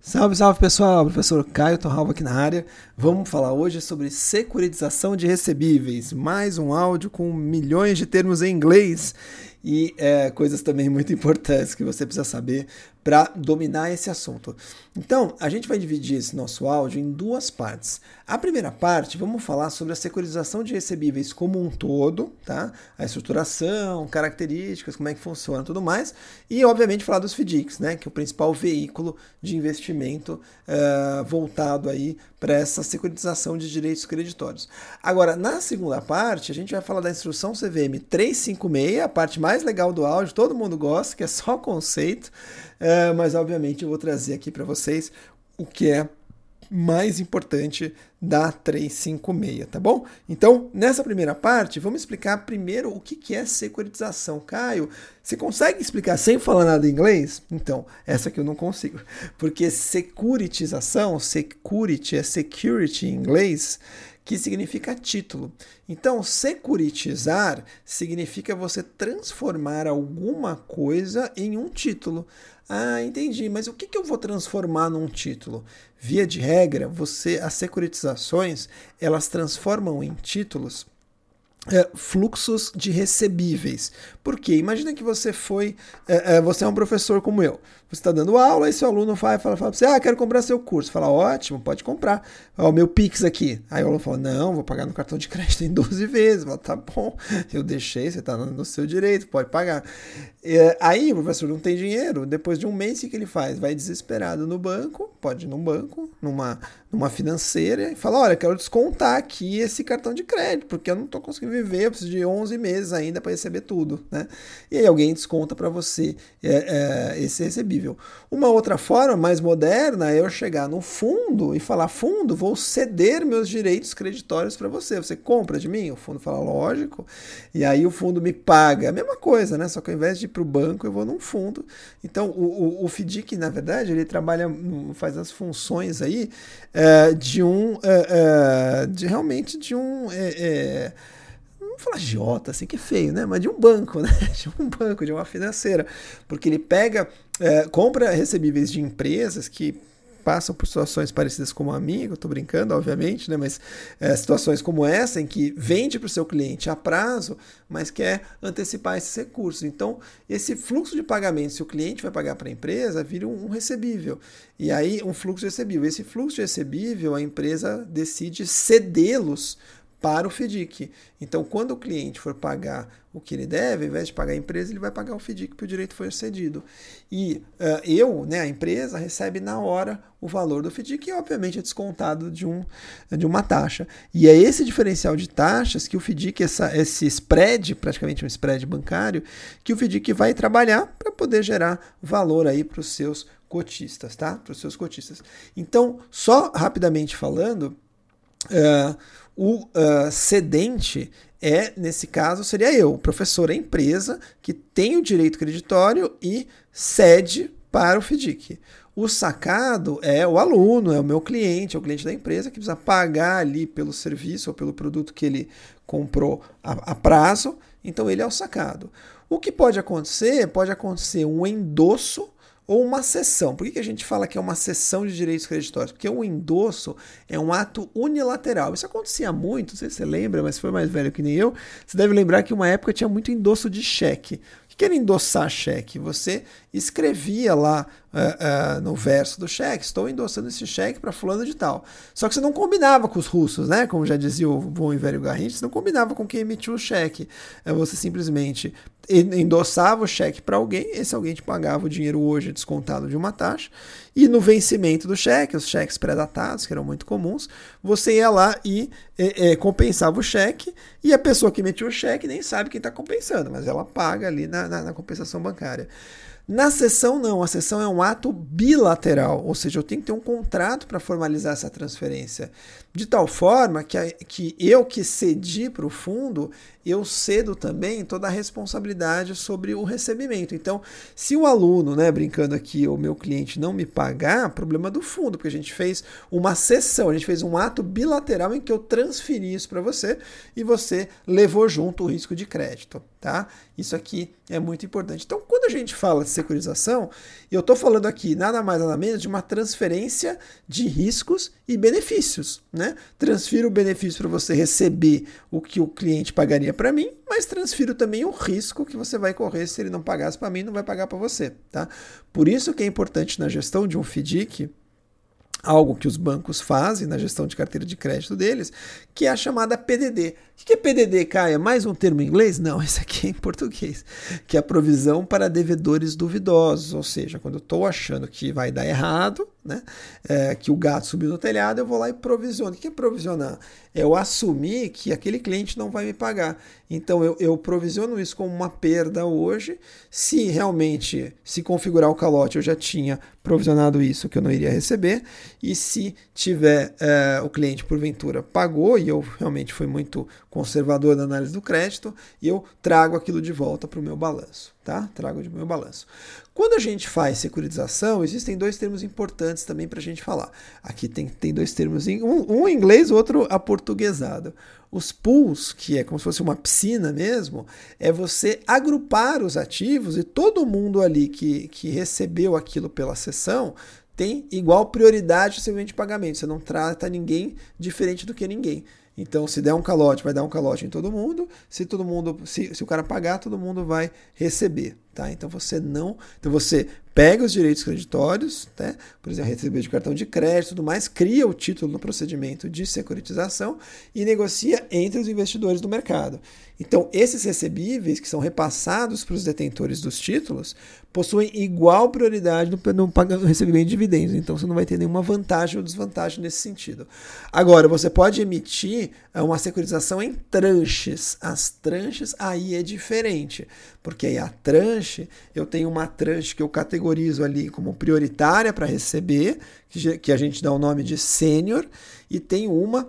Salve, salve pessoal, professor Caio Torralva aqui na área. Vamos falar hoje sobre securitização de recebíveis, mais um áudio com milhões de termos em inglês e coisas também muito importantes que você precisa saber para dominar esse assunto. Então, a gente vai dividir esse nosso áudio em duas partes. A primeira parte, vamos falar sobre a securitização de recebíveis como um todo, tá? A estruturação, características, como é que funciona e tudo mais. E, obviamente, falar dos FDICs, né? Que é o principal veículo de investimento voltado aí para essa securitização de direitos creditórios. Agora, na segunda parte, a gente vai falar da instrução CVM 356, a parte mais legal do áudio, todo mundo gosta, que é só conceito, mas obviamente eu vou trazer aqui para vocês o que é mais importante da 356, tá bom? Então, nessa primeira parte, vamos explicar primeiro o que é securitização. Caio, você consegue explicar sem falar nada em inglês? Então, essa aqui eu não consigo, porque securitização, security é security em inglês, que significa título. Então, securitizar significa você transformar alguma coisa em um título. Ah, entendi, mas o que eu vou transformar num título? Via de regra, as securitizações, elas transformam em títulos fluxos de recebíveis. Por quê? Imagina que você você é um professor como eu. Você está dando aula, aí seu aluno fala para você, quero comprar seu curso. Fala, ótimo, pode comprar. O meu Pix aqui. Aí o aluno fala, não, vou pagar no cartão de crédito em 12 vezes. Fala, tá bom, eu deixei, você está no seu direito, pode pagar. Aí o professor não tem dinheiro, depois de um mês, o que ele faz? Vai desesperado no banco, pode ir num banco, numa financeira, e fala, olha, quero descontar aqui esse cartão de crédito, porque eu não estou conseguindo viver, eu preciso de 11 meses ainda para receber tudo, né? E aí alguém desconta para você esse recebível. Uma outra forma mais moderna é eu chegar no fundo e falar, fundo, vou ceder meus direitos creditórios para você. Você compra de mim? O fundo fala, lógico. E aí o fundo me paga. A mesma coisa, né? Só que ao invés de ir para o banco, eu vou num fundo. Então, o FDIC, na verdade, ele faz as funções aí realmente de um... Vamos falar agiota, assim, que é feio, né? Mas de um banco, né? De um banco, de uma financeira. Porque ele compra recebíveis de empresas que passam por situações parecidas com a minha, eu tô brincando, obviamente, né? Mas situações como essa, em que vende para o seu cliente a prazo, mas quer antecipar esses recursos. Então, esse fluxo de pagamento, se o cliente vai pagar para a empresa, vira um recebível. E aí, um fluxo de recebível. Esse fluxo de recebível, a empresa decide cedê-los para o FDIC. Então, quando o cliente for pagar o que ele deve, ao invés de pagar a empresa, ele vai pagar o FDIC, porque o direito foi cedido. E a empresa, recebe na hora o valor do FDIC, que obviamente é descontado de uma taxa. E é esse diferencial de taxas que o FDIC, esse spread, praticamente um spread bancário, que o FDIC vai trabalhar para poder gerar valor aí para os seus cotistas, tá? Para os seus cotistas. Então, só rapidamente falando, o cedente nesse caso, seria eu, o professor, a empresa que tem o direito creditório e cede para o FDIC. O sacado é o aluno, é o meu cliente, é o cliente da empresa que precisa pagar ali pelo serviço ou pelo produto que ele comprou a prazo, então ele é o sacado. O que pode acontecer? Pode acontecer um endosso ou uma cessão. Por que a gente fala que é uma cessão de direitos creditórios? Porque o endosso é um ato unilateral. Isso acontecia muito, não sei se você lembra, mas se for mais velho que nem eu, você deve lembrar que uma época tinha muito endosso de cheque. O que era endossar cheque? Você escrevia lá no verso do cheque, estou endossando esse cheque para fulano de tal. Só que você não combinava com os russos, né? Como já dizia o bom e velho Garrincha, você não combinava com quem emitiu o cheque. Você simplesmente endossava o cheque para alguém, esse alguém te pagava o dinheiro hoje descontado de uma taxa, e no vencimento do cheque, os cheques pré-datados, que eram muito comuns, você ia lá e compensava o cheque, e a pessoa que emitiu o cheque nem sabe quem está compensando, mas ela paga ali na compensação bancária. Na cessão, não. A cessão é um ato bilateral, ou seja, eu tenho que ter um contrato para formalizar essa transferência, de tal forma que eu que cedi para o fundo, eu cedo também toda a responsabilidade sobre o recebimento. Então, se o aluno, né, brincando aqui, o meu cliente não me pagar, problema do fundo, porque a gente fez uma cessão, a gente fez um ato bilateral em que eu transferi isso para você e você levou junto o risco de crédito. Tá? Isso aqui é muito importante. Então, quando a gente fala de securitização, eu estou falando aqui nada mais nada menos de uma transferência de riscos e benefícios. Né? Transfiro o benefício para você receber o que o cliente pagaria para mim, mas transfiro também o risco que você vai correr se ele não pagasse para mim, não vai pagar para você. Tá? Por isso que é importante na gestão de um FDIC, algo que os bancos fazem na gestão de carteira de crédito deles, que é a chamada PDD. O que é PDD, Caia? Mais um termo em inglês? Não, esse aqui é em português, que é a provisão para devedores duvidosos, ou seja, quando eu estou achando que vai dar errado, né, que o gato subiu no telhado, eu vou lá e provisiono. O que é provisionar? É eu assumir que aquele cliente não vai me pagar. Então eu provisiono isso como uma perda hoje. Se realmente se configurar o calote, eu já tinha provisionado isso que eu não iria receber. E se tiver o cliente porventura pagou, e eu realmente fui muito conservador na análise do crédito, e eu trago aquilo de volta para o meu balanço. Tá? Trago de meu balanço. Quando a gente faz securitização, existem dois termos importantes também para a gente falar. Aqui tem dois termos, um em inglês, o outro aportuguesado. Os pools, que é como se fosse uma piscina mesmo, é você agrupar os ativos e todo mundo ali que recebeu aquilo pela cessão tem igual prioridade no recebimento de pagamento. Você não trata ninguém diferente do que ninguém. Então, se der um calote, vai dar um calote em todo mundo. Se o cara pagar, todo mundo vai receber. Tá? Então você pega os direitos creditórios, né? Por exemplo, receber de cartão de crédito, tudo mais, cria o título no procedimento de securitização e negocia entre os investidores do mercado. Então, esses recebíveis que são repassados para os detentores dos títulos possuem igual prioridade no recebimento de dividendos. Então, você não vai ter nenhuma vantagem ou desvantagem nesse sentido. Agora, você pode emitir uma securitização em tranches. As tranches aí é diferente, porque aí a tranche, eu tenho uma tranche que eu categorizo ali como prioritária para receber, que a gente dá o nome de sênior, e tem uma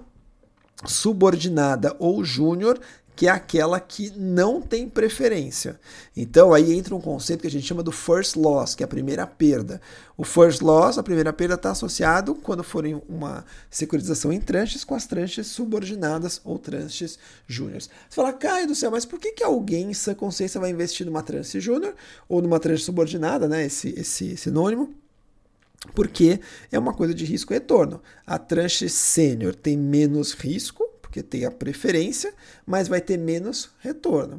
subordinada ou júnior, que é aquela que não tem preferência. Então aí entra um conceito que a gente chama do first loss, que é a primeira perda. O first loss, a primeira perda, está associado, quando forem uma securitização em tranches, com as tranches subordinadas ou tranches júniores. Você fala, Caio do céu, mas por que alguém em sã consciência vai investir numa tranche júnior ou numa tranche subordinada, né? Esse sinônimo? Porque é uma coisa de risco e retorno. A tranche sênior tem menos risco, porque tem a preferência, mas vai ter menos retorno.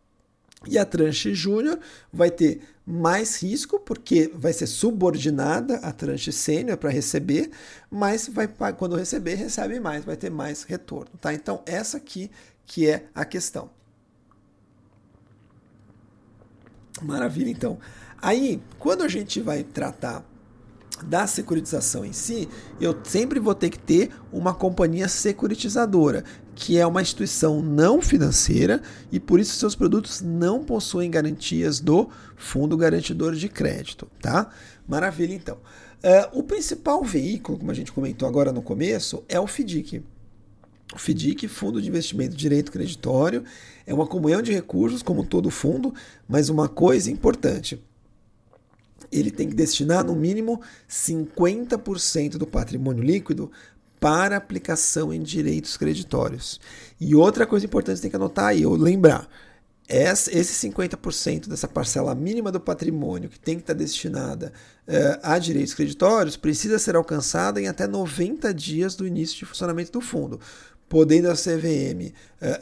E a tranche júnior vai ter mais risco, porque vai ser subordinada à tranche sênior para receber, mas quando receber, recebe mais, vai ter mais retorno. Tá? Então, essa aqui que é a questão. Maravilha, então. Aí, quando a gente vai tratar da securitização em si, eu sempre vou ter que ter uma companhia securitizadora, que é uma instituição não financeira e por isso seus produtos não possuem garantias do Fundo Garantidor de Crédito, tá? Maravilha, então. O principal veículo, como a gente comentou agora no começo, é o FDIC. O FDIC, Fundo de Investimento de Direito Creditório, é uma comunhão de recursos, como todo fundo, mas uma coisa importante: ele tem que destinar no mínimo 50% do patrimônio líquido para aplicação em direitos creditórios. E outra coisa importante que tem que anotar aí, ou lembrar, esse 50% dessa parcela mínima do patrimônio que tem que estar destinada a direitos creditórios precisa ser alcançada em até 90 dias do início de funcionamento do fundo, podendo a CVM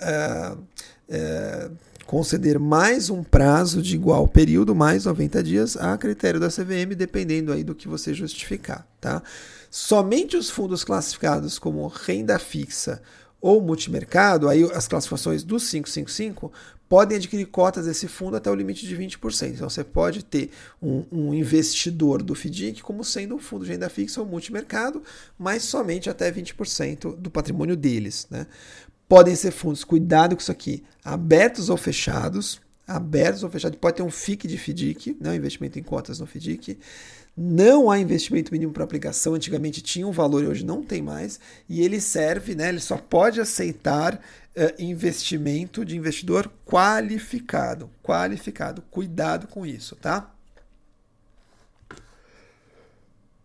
conceder mais um prazo de igual período, mais 90 dias, a critério da CVM, dependendo aí do que você justificar. Tá? Somente os fundos classificados como renda fixa ou multimercado, aí as classificações do 555, podem adquirir cotas desse fundo até o limite de 20%. Então você pode ter um investidor do FDIC como sendo um fundo de renda fixa ou multimercado, mas somente até 20% do patrimônio deles. Né? Podem ser fundos, cuidado com isso aqui, abertos ou fechados, pode ter um FIC de FDIC, né, investimento em cotas no FDIC. Não há investimento mínimo para aplicação, antigamente tinha um valor e hoje não tem mais, e ele serve, né, ele só pode aceitar investimento de investidor qualificado, cuidado com isso, tá?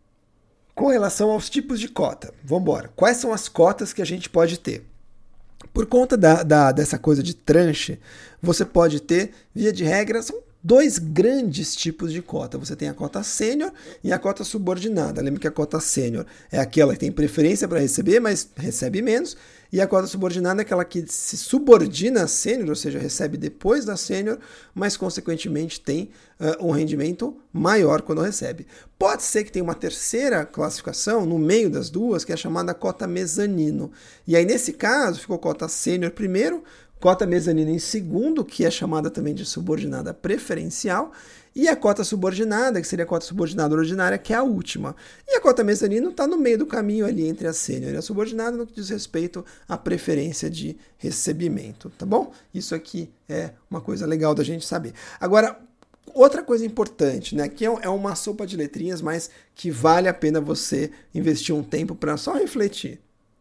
Com relação aos tipos de cota, vamos embora. Quais são as cotas que a gente pode ter? Por conta dessa coisa de tranche, você pode ter, via de regra, são dois grandes tipos de cota. Você tem a cota sênior e a cota subordinada. Lembra que a cota sênior é aquela que tem preferência para receber, mas recebe menos. E a cota subordinada é aquela que se subordina à sênior, ou seja, recebe depois da sênior, mas consequentemente tem um rendimento maior quando recebe. Pode ser que tenha uma terceira classificação no meio das duas, que é chamada cota mezanino. E aí, nesse caso, ficou cota sênior primeiro, cota mezanino em segundo, que é chamada também de subordinada preferencial, e a cota subordinada, que seria a cota subordinada ordinária, que é a última. E a cota mezanino está no meio do caminho ali entre a sênior e a subordinada no que diz respeito à preferência de recebimento, tá bom? Isso aqui é uma coisa legal da gente saber. Agora, outra coisa importante, né, que é uma sopa de letrinhas, mas que vale a pena você investir um tempo para só refletir.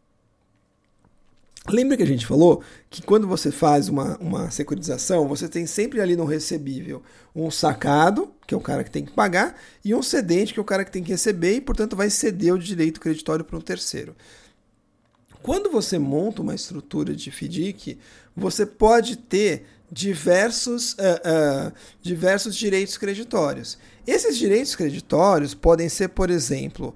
Lembra que a gente falou que quando você faz uma securitização, você tem sempre ali no recebível um sacado, que é o cara que tem que pagar, e um cedente, que é o cara que tem que receber, e, portanto, vai ceder o direito creditório para um terceiro. Quando você monta uma estrutura de FDIC, você pode ter diversos direitos creditórios. Esses direitos creditórios podem ser, por exemplo,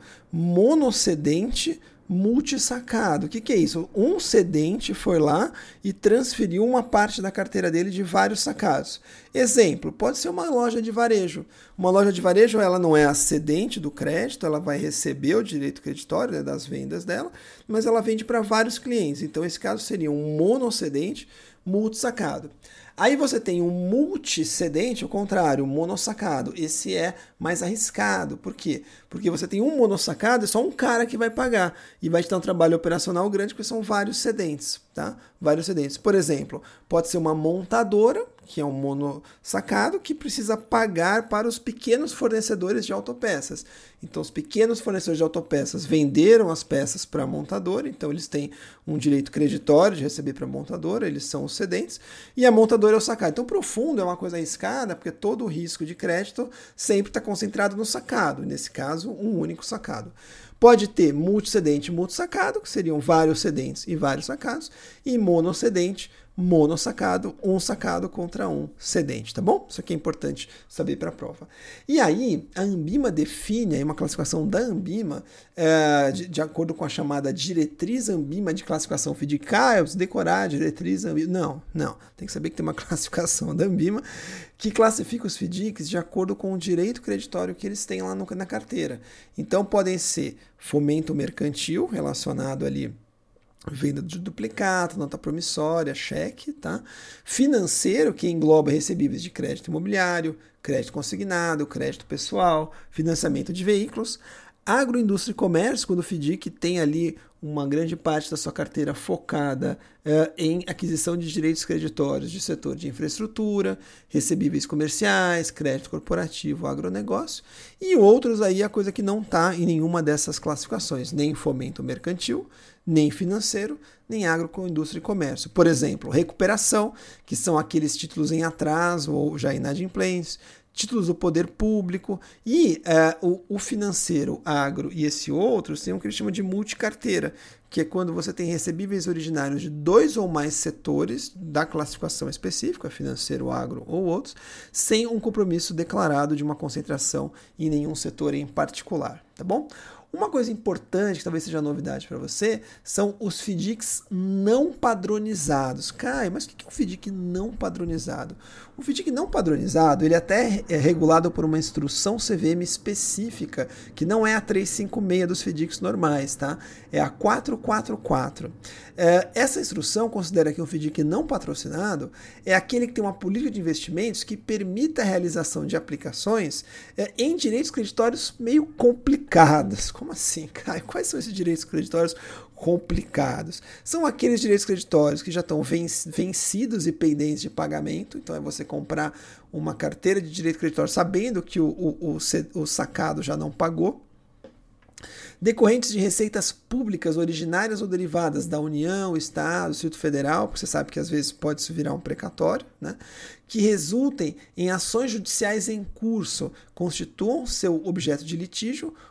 monocedente multissacado. O que é isso? Um cedente foi lá e transferiu uma parte da carteira dele de vários sacados. Exemplo, pode ser uma loja de varejo. Uma loja de varejo, ela não é a cedente do crédito, ela vai receber o direito creditório, né, das vendas dela, mas ela vende para vários clientes. Então, esse caso seria um monocedente multissacado. Aí você tem um multicedente, ao contrário, um monossacado. Esse é mais arriscado. Por quê? Porque você tem um monossacado e só um cara que vai pagar. E vai te dar um trabalho operacional grande, porque são vários cedentes, tá? Vários cedentes. Por exemplo, pode ser uma montadora, que é um monossacado, que precisa pagar para os pequenos fornecedores de autopeças. Então, os pequenos fornecedores de autopeças venderam as peças para a montadora, então eles têm um direito creditório de receber para a montadora, eles são os cedentes, e a montadora é o sacado. Então, para o fundo é uma coisa arriscada, porque todo o risco de crédito sempre está concentrado no sacado, nesse caso, um único sacado. Pode ter multicedente e multissacado, que seriam vários cedentes e vários sacados, e monocedente, monossacado, um sacado contra um cedente, tá bom? Isso aqui é importante saber para a prova. E aí, a Anbima define aí uma classificação da Anbima de acordo com a chamada diretriz Anbima de classificação FDIC. Eu preciso decorar a diretriz Anbima. Não. Tem que saber que tem uma classificação da Anbima que classifica os FDICs de acordo com o direito creditório que eles têm lá na carteira. Então, podem ser fomento mercantil, relacionado ali venda de duplicata, nota promissória, cheque, tá? Financeiro, que engloba recebíveis de crédito imobiliário, crédito consignado, crédito pessoal, financiamento de veículos. Agroindústria e comércio, quando o FDIC tem ali uma grande parte da sua carteira focada em aquisição de direitos creditórios de setor de infraestrutura, recebíveis comerciais, crédito corporativo, agronegócio, e outros aí a coisa que não está em nenhuma dessas classificações, nem fomento mercantil, nem financeiro, nem agroindústria e comércio. Por exemplo, recuperação, que são aqueles títulos em atraso ou já inadimplentes, títulos do poder público, e o financeiro, agro e esse outro tem o que eles chamam de multicarteira, que é quando você tem recebíveis originários de 2 ou mais setores da classificação específica, financeiro, agro ou outros, sem um compromisso declarado de uma concentração em nenhum setor em particular, tá bom? Uma coisa importante, que talvez seja novidade para você, são os FDICs não padronizados. Caio, mas o que é um FDIC não padronizado? O FDIC não padronizado, ele até é regulado por uma instrução CVM específica, que não é a 356 dos FDICs normais, tá? É a 444. Essa instrução considera que um FDIC não patrocinado é aquele que tem uma política de investimentos que permita a realização de aplicações em direitos creditórios meio complicados. Como assim, Caio? Quais são esses direitos creditórios complicados? São aqueles direitos creditórios que já estão vencidos e pendentes de pagamento. Então é você comprar uma carteira de direito creditório sabendo que o sacado já não pagou. Decorrentes de receitas públicas originárias ou derivadas da União, Estado, Distrito Federal, porque você sabe que às vezes pode se virar um precatório, né? Que resultem em ações judiciais em curso, constituam seu objeto de litígio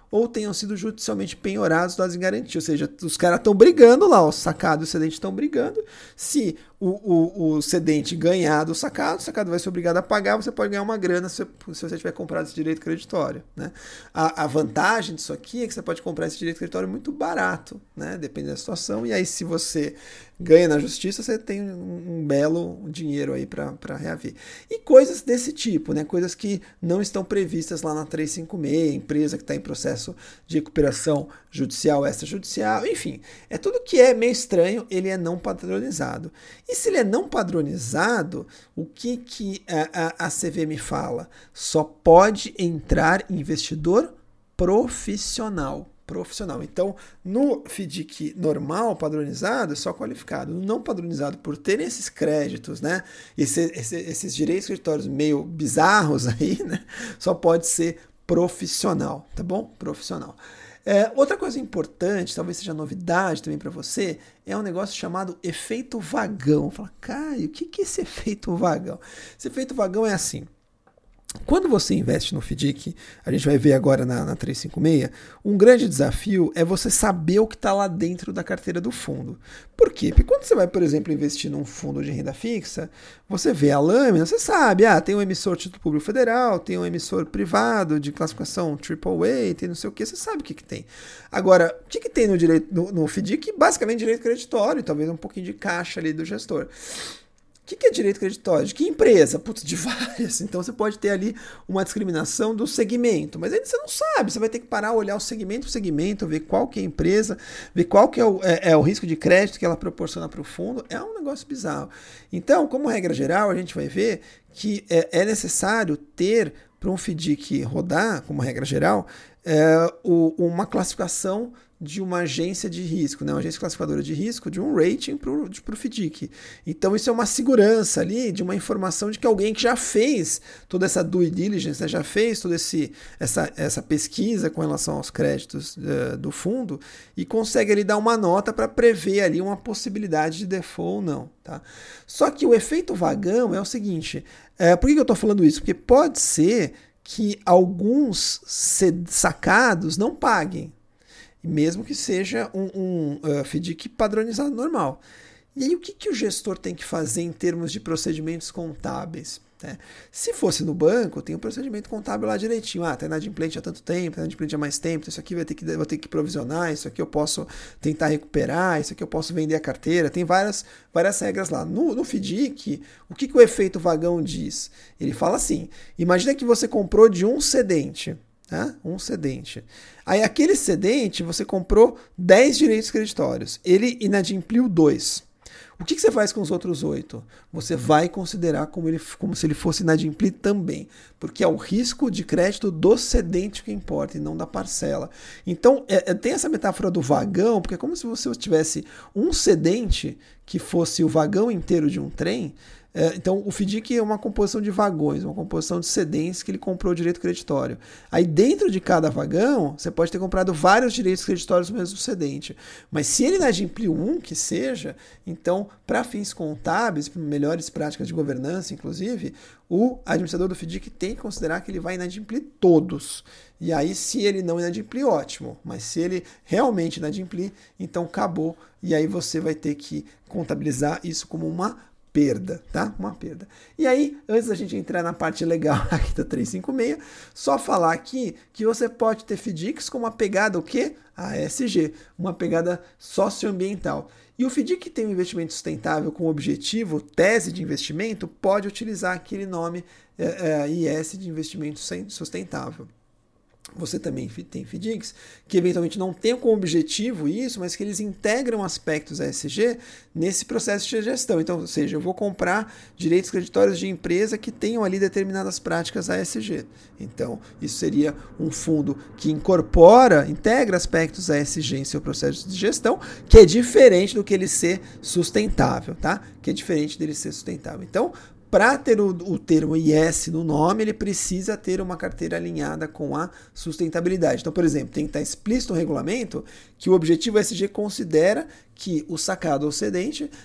ou tenham sido judicialmente penhorados dados em garantia. Ou seja, os caras estão brigando lá, o sacado e o cedente estão brigando. Se o cedente ganhar do sacado, o sacado vai ser obrigado a pagar, você pode ganhar uma grana se você tiver comprado esse direito creditório, né? A vantagem disso aqui é que você pode comprar esse direito creditório muito barato, né? Depende da situação, e aí se você ganha na justiça, você tem um belo dinheiro aí para reaver. E coisas desse tipo, né? Coisas que não estão previstas lá na 356, empresa que está em processo de recuperação judicial, extrajudicial, enfim, é tudo que é meio estranho, ele é não padronizado. E se ele é não padronizado, o que a CVM fala? Só pode entrar investidor profissional. Então, no FDIC normal, padronizado, é só qualificado. No não padronizado, por ter esses créditos, né, esses direitos creditórios meio bizarros aí, né, só pode ser profissional, tá bom? Profissional. Outra coisa importante, talvez seja novidade também para você, é um negócio chamado efeito vagão. Fala, Caio, o que é esse efeito vagão? Esse efeito vagão é assim. Quando você investe no FDIC, a gente vai ver agora na 356, um grande desafio é você saber o que está lá dentro da carteira do fundo. Por quê? Porque quando você vai, por exemplo, investir num fundo de renda fixa, você vê a lâmina, você sabe, tem um emissor título público federal, tem um emissor privado de classificação AAA, tem não sei o que, você sabe o que tem. Agora, o que tem no FDIC? Basicamente direito creditório, talvez um pouquinho de caixa ali do gestor. O que é direito creditório? De que empresa? Putz, de várias. Então você pode ter ali uma discriminação do segmento, mas aí você não sabe, você vai ter que parar, olhar o segmento por segmento, ver qual que é a empresa, ver qual que é o risco de crédito que ela proporciona para o fundo. É um negócio bizarro. Então, como regra geral, a gente vai ver que é necessário ter, para um FDIC rodar, como regra geral, uma classificação de uma agência de risco, né? Uma agência classificadora de risco, de um rating para o FDIC. Então isso é uma segurança ali, de uma informação de que alguém que já fez toda essa due diligence, né? Já fez toda essa pesquisa com relação aos créditos do fundo e consegue ali dar uma nota para prever ali uma possibilidade de default ou não. Tá? Só que o efeito vagão é o seguinte, por que eu estou falando isso? Porque pode ser que alguns sacados não paguem, mesmo que seja um FDIC padronizado normal. E aí o que o gestor tem que fazer em termos de procedimentos contábeis? Se fosse no banco, tem um procedimento contábil lá direitinho. Tá inadimplente há tanto tempo, tá inadimplente há mais tempo, isso aqui vou ter que provisionar, isso aqui eu posso tentar recuperar, isso aqui eu posso vender a carteira, tem várias regras lá. No FDIC, o que o efeito vagão diz? Ele fala assim, imagina que você comprou de um cedente, um cedente. Aí aquele cedente, você comprou 10 direitos creditórios, ele inadimpliu 2. O que você faz com os outros 8? Você vai considerar como se ele fosse inadimplir também, porque é o risco de crédito do cedente que importa e não da parcela. Então, tem essa metáfora do vagão, porque é como se você tivesse um cedente que fosse o vagão inteiro de um trem. Então, o FDIC é uma composição de vagões, uma composição de cedentes que ele comprou direito creditório. Aí, dentro de cada vagão, você pode ter comprado vários direitos creditórios do mesmo cedente. Mas se ele inadimpliu um que seja, então, para fins contábeis, para melhores práticas de governança, inclusive, o administrador do FDIC tem que considerar que ele vai inadimplir todos. E aí, se ele não inadimplir, ótimo. Mas se ele realmente inadimplir, então acabou. E aí você vai ter que contabilizar isso como uma perda, tá? Uma perda. E aí, antes da gente entrar na parte legal aqui da 356, só falar aqui que você pode ter FDICs com uma pegada, o quê? A ESG, uma pegada socioambiental. E o FDIC que tem um investimento sustentável com objetivo, tese de investimento, pode utilizar aquele nome IS de investimento sustentável. Você também tem FDICs que eventualmente não tem como objetivo isso, mas que eles integram aspectos ESG nesse processo de gestão. Então, ou seja, eu vou comprar direitos creditórios de empresa que tenham ali determinadas práticas ESG. Então, isso seria um fundo que integra aspectos ESG em seu processo de gestão, que é diferente do que ele ser sustentável, tá? Que é diferente dele ser sustentável. Então, para ter o termo IS no nome, ele precisa ter uma carteira alinhada com a sustentabilidade. Então, por exemplo, tem que estar explícito no regulamento que o objetivo ESG considera que o sacado ou cedente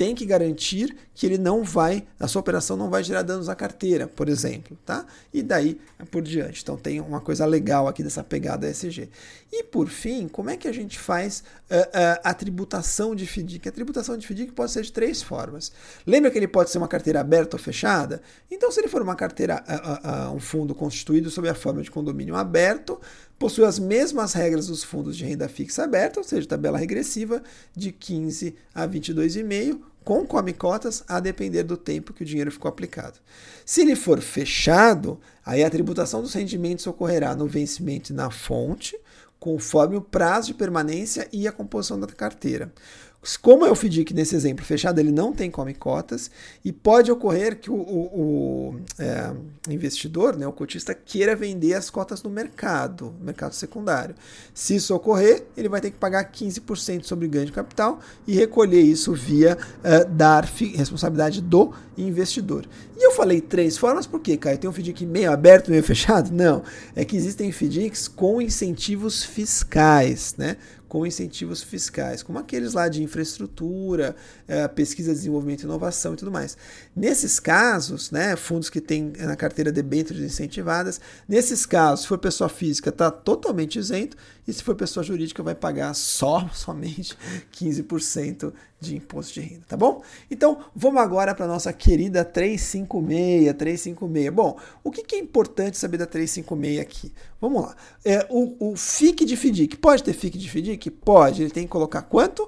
tem que garantir que ele não vai, a sua operação não vai gerar danos à carteira, por exemplo, tá? E daí por diante. Então tem uma coisa legal aqui dessa pegada ESG. E por fim, como é que a gente faz a tributação de FDIC? A tributação de FDIC pode ser de 3 formas. Lembra que ele pode ser uma carteira aberta ou fechada? Então, se ele for uma carteira, um fundo constituído sob a forma de condomínio aberto, possui as mesmas regras dos fundos de renda fixa aberta, ou seja, tabela regressiva de 15 a 22,5, com come-cotas a depender do tempo que o dinheiro ficou aplicado. Se ele for fechado, aí a tributação dos rendimentos ocorrerá no vencimento e na fonte, conforme o prazo de permanência e a composição da carteira. Como é o FDIC nesse exemplo fechado, ele não tem come-cotas e pode ocorrer que o investidor, né, o cotista, queira vender as cotas no mercado secundário. Se isso ocorrer, ele vai ter que pagar 15% sobre o ganho de capital e recolher isso via DARF, responsabilidade do investidor. E eu falei 3 formas, por quê, Caio? Tem um FDIC meio aberto, meio fechado? Não, é que existem FDICs com incentivos fiscais, né? Com incentivos fiscais, como aqueles lá de infraestrutura, pesquisa, desenvolvimento e inovação e tudo mais. Nesses casos, né, fundos que têm na carteira debêntures incentivadas, nesses casos, se for pessoa física, está totalmente isento, e se for pessoa jurídica, vai pagar somente 15% de imposto de renda, tá bom? Então, vamos agora para a nossa querida 356. Bom, o que é importante saber da 356 aqui? Vamos lá. O FIC de FDIC, pode ter FIC de FDIC? Pode. Ele tem que colocar quanto?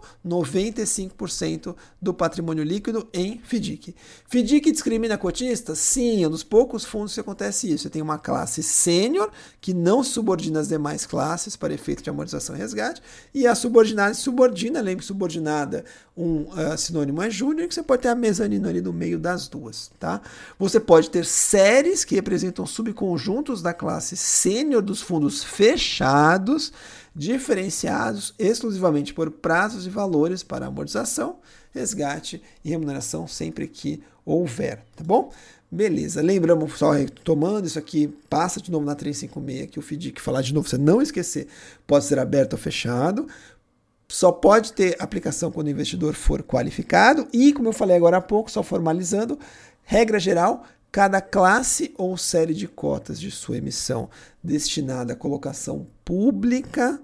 95% do patrimônio líquido em FDIC. FDIC discrimina cotista? Sim, é um dos poucos fundos que acontece isso. Você tem uma classe sênior, que não subordina as demais classes para efeito de amortização e resgate, e a subordinada subordina, lembre, subordinada, sinônimo é júnior, que você pode ter a mezanino ali no meio das duas, tá? Você pode ter séries que representam subconjuntos da classe sênior dos fundos fechados, diferenciados exclusivamente por prazos e valores para amortização, resgate e remuneração sempre que houver, tá bom? Beleza, lembramos, só retomando, isso aqui passa de novo na 356, que o FDIC, falar de novo, você não esquecer, pode ser aberto ou fechado, só pode ter aplicação quando o investidor for qualificado e, como eu falei agora há pouco, só formalizando, regra geral, cada classe ou série de cotas de sua emissão destinada à colocação pública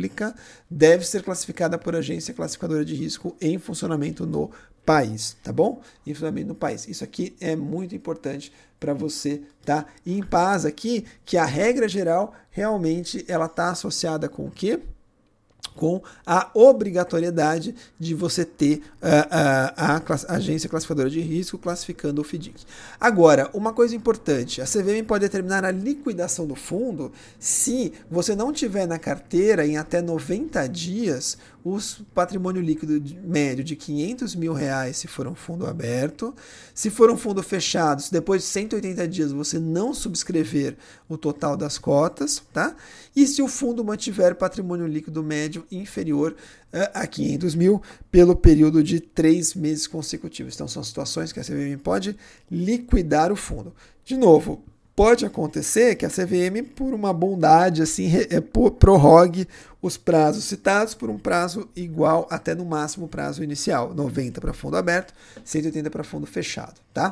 deve ser classificada por agência classificadora de risco em funcionamento no país, tá bom? Em funcionamento no país. Isso aqui é muito importante para você estar em paz aqui, que a regra geral realmente ela está associada com o quê? Com a obrigatoriedade de você ter a agência classificadora de risco classificando o FDIC. Agora, uma coisa importante, a CVM pode determinar a liquidação do fundo se você não tiver na carteira em até 90 dias o patrimônio líquido médio de R$500 mil se for um fundo aberto. Se for um fundo fechado, se depois de 180 dias você não subscrever o total das cotas, tá? E se o fundo mantiver patrimônio líquido médio inferior a 500 mil pelo período de 3 meses consecutivos. Então são situações que a CVM pode liquidar o fundo. De novo, pode acontecer que a CVM, por uma bondade, assim, prorrogue os prazos citados por um prazo igual até no máximo prazo inicial, 90 para fundo aberto, 180 para fundo fechado, tá?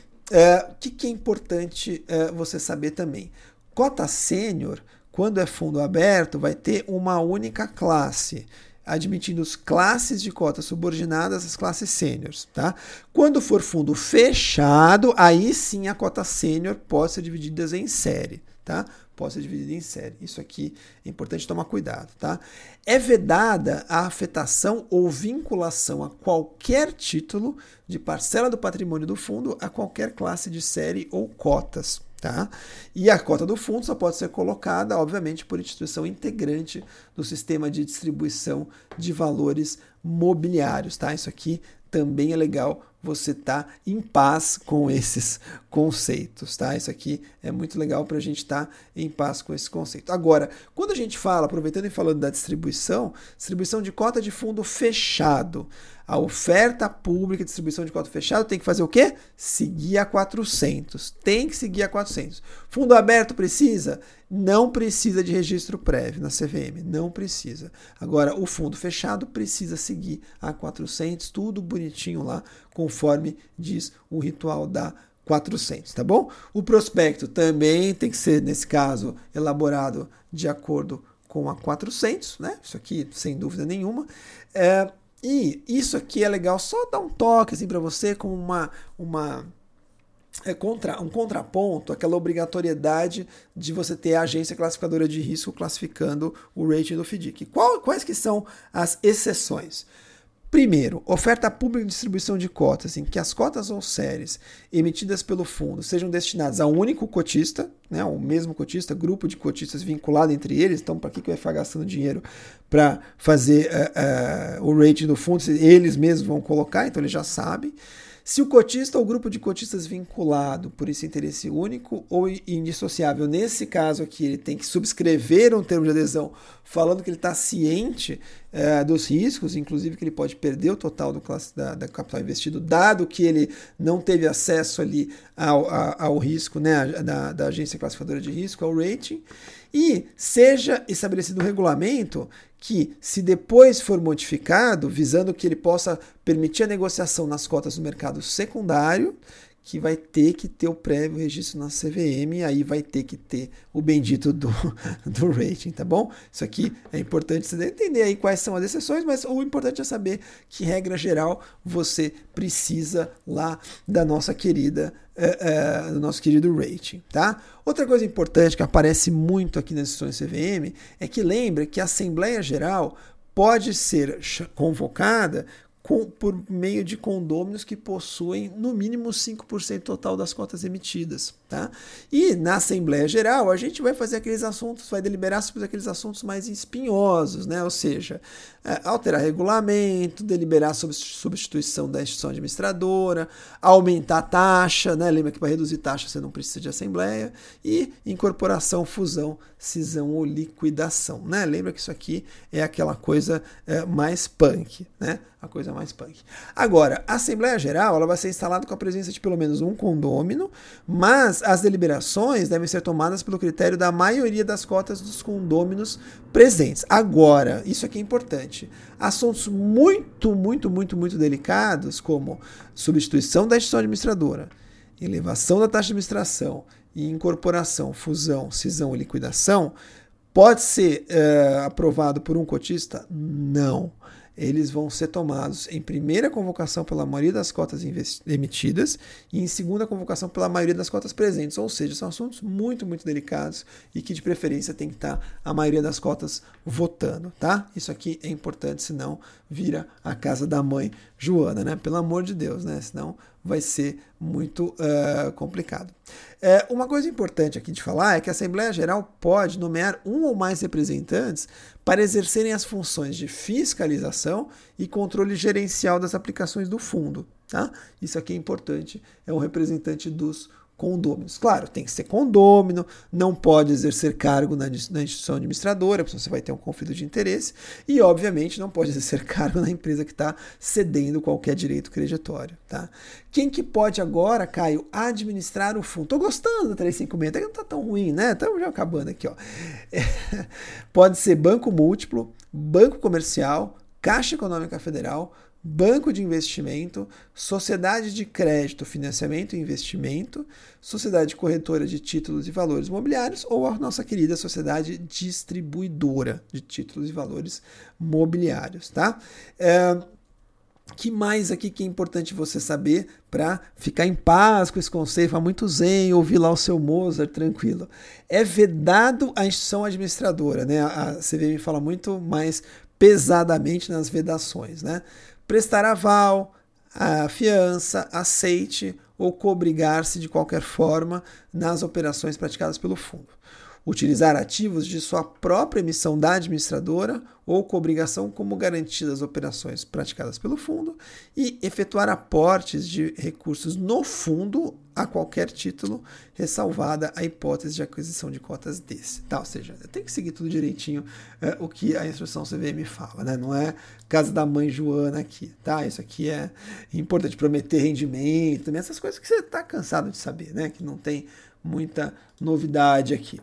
O que é importante você saber também? Cota sênior, quando é fundo aberto, vai ter uma única classe, admitindo as classes de cotas subordinadas às classes sêniores, tá? Quando for fundo fechado, aí sim a cota sênior pode ser dividida em série, tá? Pode ser dividida em série. Isso aqui é importante tomar cuidado, tá? É vedada a afetação ou vinculação a qualquer título de parcela do patrimônio do fundo a qualquer classe de série ou cotas, tá? E a cota do fundo só pode ser colocada, obviamente, por instituição integrante do sistema de distribuição de valores mobiliários, tá? Isso aqui também é legal você está em paz com esses conceitos, tá? Isso aqui é muito legal para a gente estar em paz com esse conceito. Agora, quando a gente fala, aproveitando e falando da distribuição de cota de fundo fechado, a oferta pública de distribuição de cota fechado tem que fazer o quê? Seguir a 400. Tem que seguir a 400. Fundo aberto precisa? Não precisa de registro prévio na CVM, não precisa. Agora, o fundo fechado precisa seguir a 400, tudo bonitinho lá, conforme diz o ritual da 400, tá bom? O prospecto também tem que ser, nesse caso, elaborado de acordo com a 400, né? Isso aqui, sem dúvida nenhuma. E isso aqui é legal só dar um toque assim, para você como um contraponto àquela obrigatoriedade de você ter a agência classificadora de risco classificando o rating do FDIC. Quais que são as exceções? Primeiro, oferta pública de distribuição de cotas, em que as cotas ou séries emitidas pelo fundo sejam destinadas a um único cotista, né, o mesmo cotista, grupo de cotistas vinculado entre eles. Então, para que vai ficar gastando dinheiro para fazer o rating do fundo? Eles mesmos vão colocar, então eles já sabem. Se o cotista ou grupo de cotistas vinculado por esse interesse único ou indissociável, nesse caso aqui, ele tem que subscrever um termo de adesão falando que ele está ciente dos riscos, inclusive que ele pode perder o total do capital investido, dado que ele não teve acesso ali ao risco, né, da agência classificadora de risco, ao rating, e seja estabelecido um regulamento que, se depois for modificado, visando que ele possa permitir a negociação nas cotas do mercado secundário, que vai ter que ter o prévio registro na CVM, e aí vai ter que ter o bendito do rating, tá bom? Isso aqui é importante você entender aí quais são as exceções, mas o importante é saber que, regra geral, você precisa lá da nossa querida, do nosso querido rating, tá? Outra coisa importante que aparece muito aqui nas instruções CVM é que lembra que a Assembleia Geral pode ser convocada por meio de condôminos que possuem no mínimo 5% total das cotas emitidas, tá? E na Assembleia Geral a gente vai fazer aqueles assuntos, vai deliberar sobre aqueles assuntos mais espinhosos, né? Ou seja, alterar regulamento, deliberar sobre substituição da instituição administradora, aumentar a taxa, né? Lembra que para reduzir taxa você não precisa de Assembleia, e incorporação, fusão, cisão ou liquidação, né? Lembra que isso aqui é aquela coisa mais punk, né? A coisa mais punk. Agora, a Assembleia Geral ela vai ser instalada com a presença de pelo menos um condômino, mas as deliberações devem ser tomadas pelo critério da maioria das cotas dos condôminos presentes. Agora, isso aqui é importante. Assuntos muito, muito, muito, muito delicados, como substituição da instituição administradora, elevação da taxa de administração e incorporação, fusão, cisão e liquidação, pode ser aprovado por um cotista? Não. Eles vão ser tomados em primeira convocação pela maioria das cotas emitidas e em segunda convocação pela maioria das cotas presentes, ou seja, são assuntos muito, muito delicados e que de preferência tem que estar a maioria das cotas votando, tá? Isso aqui é importante, senão vira a casa da mãe Joana, né? Pelo amor de Deus, né? Senão vai ser muito complicado. Uma coisa importante aqui de falar é que a Assembleia Geral pode nomear um ou mais representantes para exercerem as funções de fiscalização e controle gerencial das aplicações do fundo, tá? Isso aqui é importante, é um representante dos condôminos. Claro, tem que ser condômino, não pode exercer cargo na instituição administradora, porque você vai ter um conflito de interesse, e obviamente não pode exercer cargo na empresa que está cedendo qualquer direito creditório, tá? Quem que pode agora, Caio, administrar o fundo? Tô gostando da 356, até que não tá tão ruim, né? Estamos já acabando aqui, ó. Pode ser banco múltiplo, banco comercial, Caixa Econômica Federal, banco de investimento, sociedade de crédito, financiamento e investimento, sociedade corretora de títulos e valores mobiliários ou a nossa querida sociedade distribuidora de títulos e valores mobiliários, tá? Que mais aqui que é importante você saber para ficar em paz com esse conceito, falar muito zen, ouvir lá o seu Mozart tranquilo. É vedado a instituição administradora, né? A CVM fala muito mais pesadamente nas vedações, né? Prestar aval, a fiança, aceite ou cobrigar-se de qualquer forma nas operações praticadas pelo fundo. utilizar ativos de sua própria emissão da administradora ou com obrigação como garantida das operações praticadas pelo fundo e efetuar aportes de recursos no fundo a qualquer título, ressalvada a hipótese de aquisição de cotas desse. Tá? Ou seja, tem que seguir tudo direitinho o que a instrução CVM fala, né? Não é casa da mãe Joana aqui, tá? Isso aqui é importante, prometer rendimento, também essas coisas que você está cansado de saber, né? Que não tem muita novidade aqui.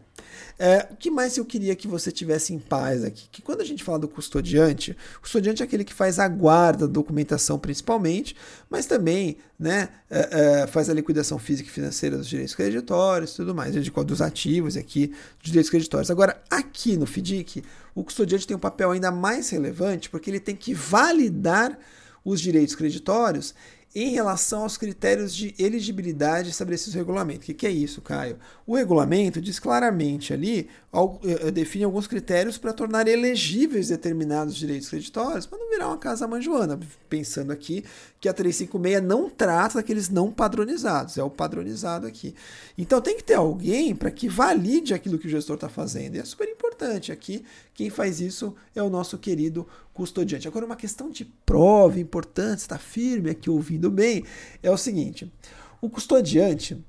O que mais eu queria que você tivesse em paz aqui? Que quando a gente fala do custodiante, o custodiante é aquele que faz a guarda da documentação principalmente, mas também, né, faz a liquidação física e financeira dos direitos creditórios e tudo mais, dos ativos aqui, dos direitos creditórios. Agora, aqui no FDIC, o custodiante tem um papel ainda mais relevante, porque ele tem que validar os direitos creditórios em relação aos critérios de elegibilidade estabelecidos no regulamento. O que é isso, Caio? O regulamento diz claramente ali, define alguns critérios para tornar elegíveis determinados direitos creditórios, para não virar uma casa mãe Joana, pensando aqui que a 356 não trata daqueles não padronizados, é o padronizado aqui. Então tem que ter alguém para que valide aquilo que o gestor está fazendo, e é super importante. Aqui, quem faz isso é o nosso querido custodiante. Agora, uma questão de prova importante, está firme aqui ouvindo bem, é o seguinte: o custodiante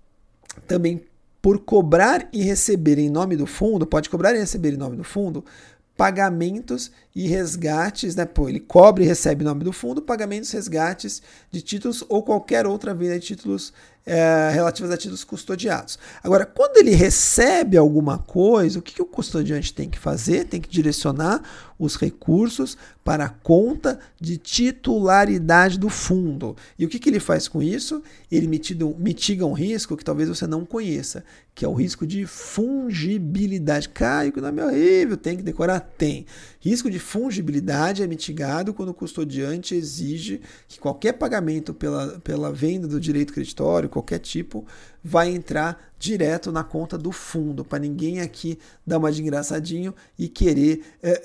também, por cobrar e receber em nome do fundo, pode cobrar e receber em nome do fundo pagamentos e resgates, né? Ele cobra e recebe em nome do fundo pagamentos, resgates de títulos ou qualquer outra venda de títulos relativas a títulos custodiados. Agora, quando ele recebe alguma coisa, o que o custodiante tem que fazer? Tem que direcionar os recursos para a conta de titularidade do fundo. E o que ele faz com isso? Ele mitiga um risco que talvez você não conheça, que é o risco de fungibilidade. Caio, que nome horrível, tem que decorar? Tem. Risco de fungibilidade é mitigado quando o custodiante exige que qualquer pagamento pela venda do direito creditório, qualquer tipo, vai entrar direto na conta do fundo, para ninguém aqui dar uma de engraçadinho e querer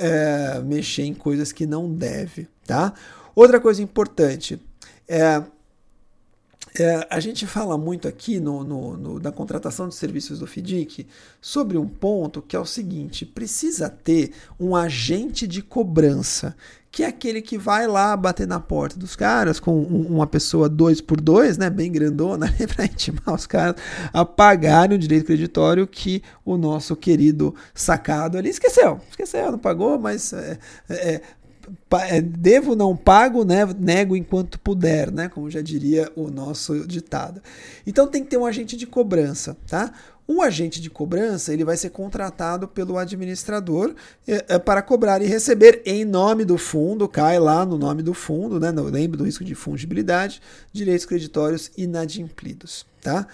mexer em coisas que não deve. Tá? Outra coisa importante, a gente fala muito aqui na contratação de serviços do FDIC sobre um ponto que é o seguinte: precisa ter um agente de cobrança, que é aquele que vai lá bater na porta dos caras com uma pessoa 2x2, né, bem grandona, para intimar os caras a pagarem o direito creditório que o nosso querido sacado ali esqueceu, não pagou, mas devo, não pago, né? Nego enquanto puder, né? Como já diria o nosso ditado. Então tem que ter um agente de cobrança, tá? O agente de cobrança, ele vai ser contratado pelo administrador para cobrar e receber em nome do fundo, cai lá no nome do fundo, né? Lembra do risco de fungibilidade, direitos creditórios inadimplidos, tá?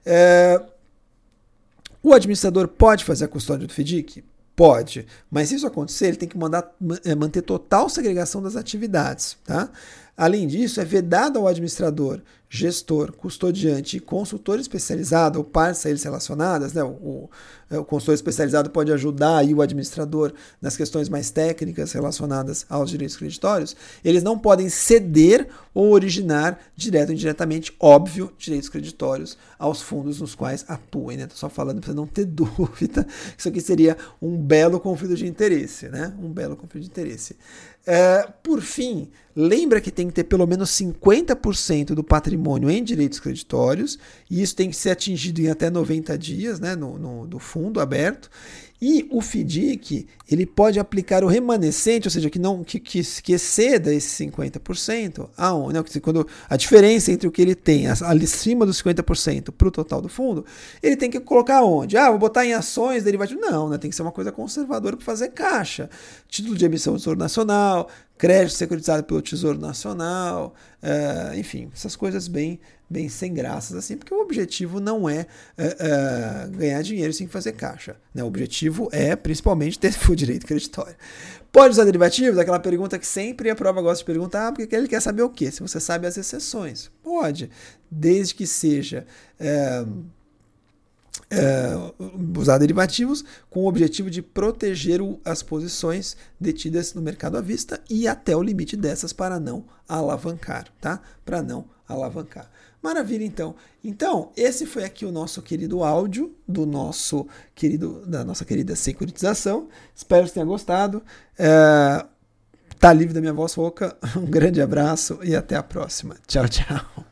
O administrador pode fazer a custódia do FDIC? Pode, mas se isso acontecer, ele tem que manter total segregação das atividades. Tá? Além disso, é vedado ao administrador, gestor, custodiante e consultor especializado, ou partes a eles relacionadas, né? O consultor especializado pode ajudar aí o administrador nas questões mais técnicas relacionadas aos direitos creditórios. Eles não podem ceder ou originar, direto ou indiretamente, óbvio, direitos creditórios aos fundos nos quais atuem. Estou só falando para você não ter dúvida. Isso aqui seria um belo conflito de interesse, né? Um belo conflito de interesse. Por fim, lembra que tem que ter pelo menos 50% do patrimônio em direitos creditórios, e isso tem que ser atingido em até 90 dias, né, do fundo aberto. E o FDIC, ele pode aplicar o remanescente, ou seja, que exceda esse 50%, aonde, né, quando a diferença entre o que ele tem acima dos 50% para o total do fundo, ele tem que colocar onde? Vou botar em ações, derivativos? Não, né, tem que ser uma coisa conservadora para fazer caixa. Título de emissão do Tesouro Nacional, crédito securitizado pelo Tesouro Nacional, enfim, essas coisas bem sem graças, assim, porque o objetivo não é ganhar dinheiro sem fazer caixa. Né? O objetivo é, principalmente, ter o direito creditório. Pode usar derivativos? Aquela pergunta que sempre a prova gosta de perguntar, porque ele quer saber o quê? Se você sabe as exceções. Pode, desde que seja usar derivativos com o objetivo de proteger as posições detidas no mercado à vista e até o limite dessas para não alavancar, tá? Para não alavancar. Maravilha, então. Então, esse foi aqui o nosso querido áudio da nossa querida securitização. Espero que você tenha gostado. Tá livre da minha voz rouca. Um grande abraço e até a próxima. Tchau, tchau.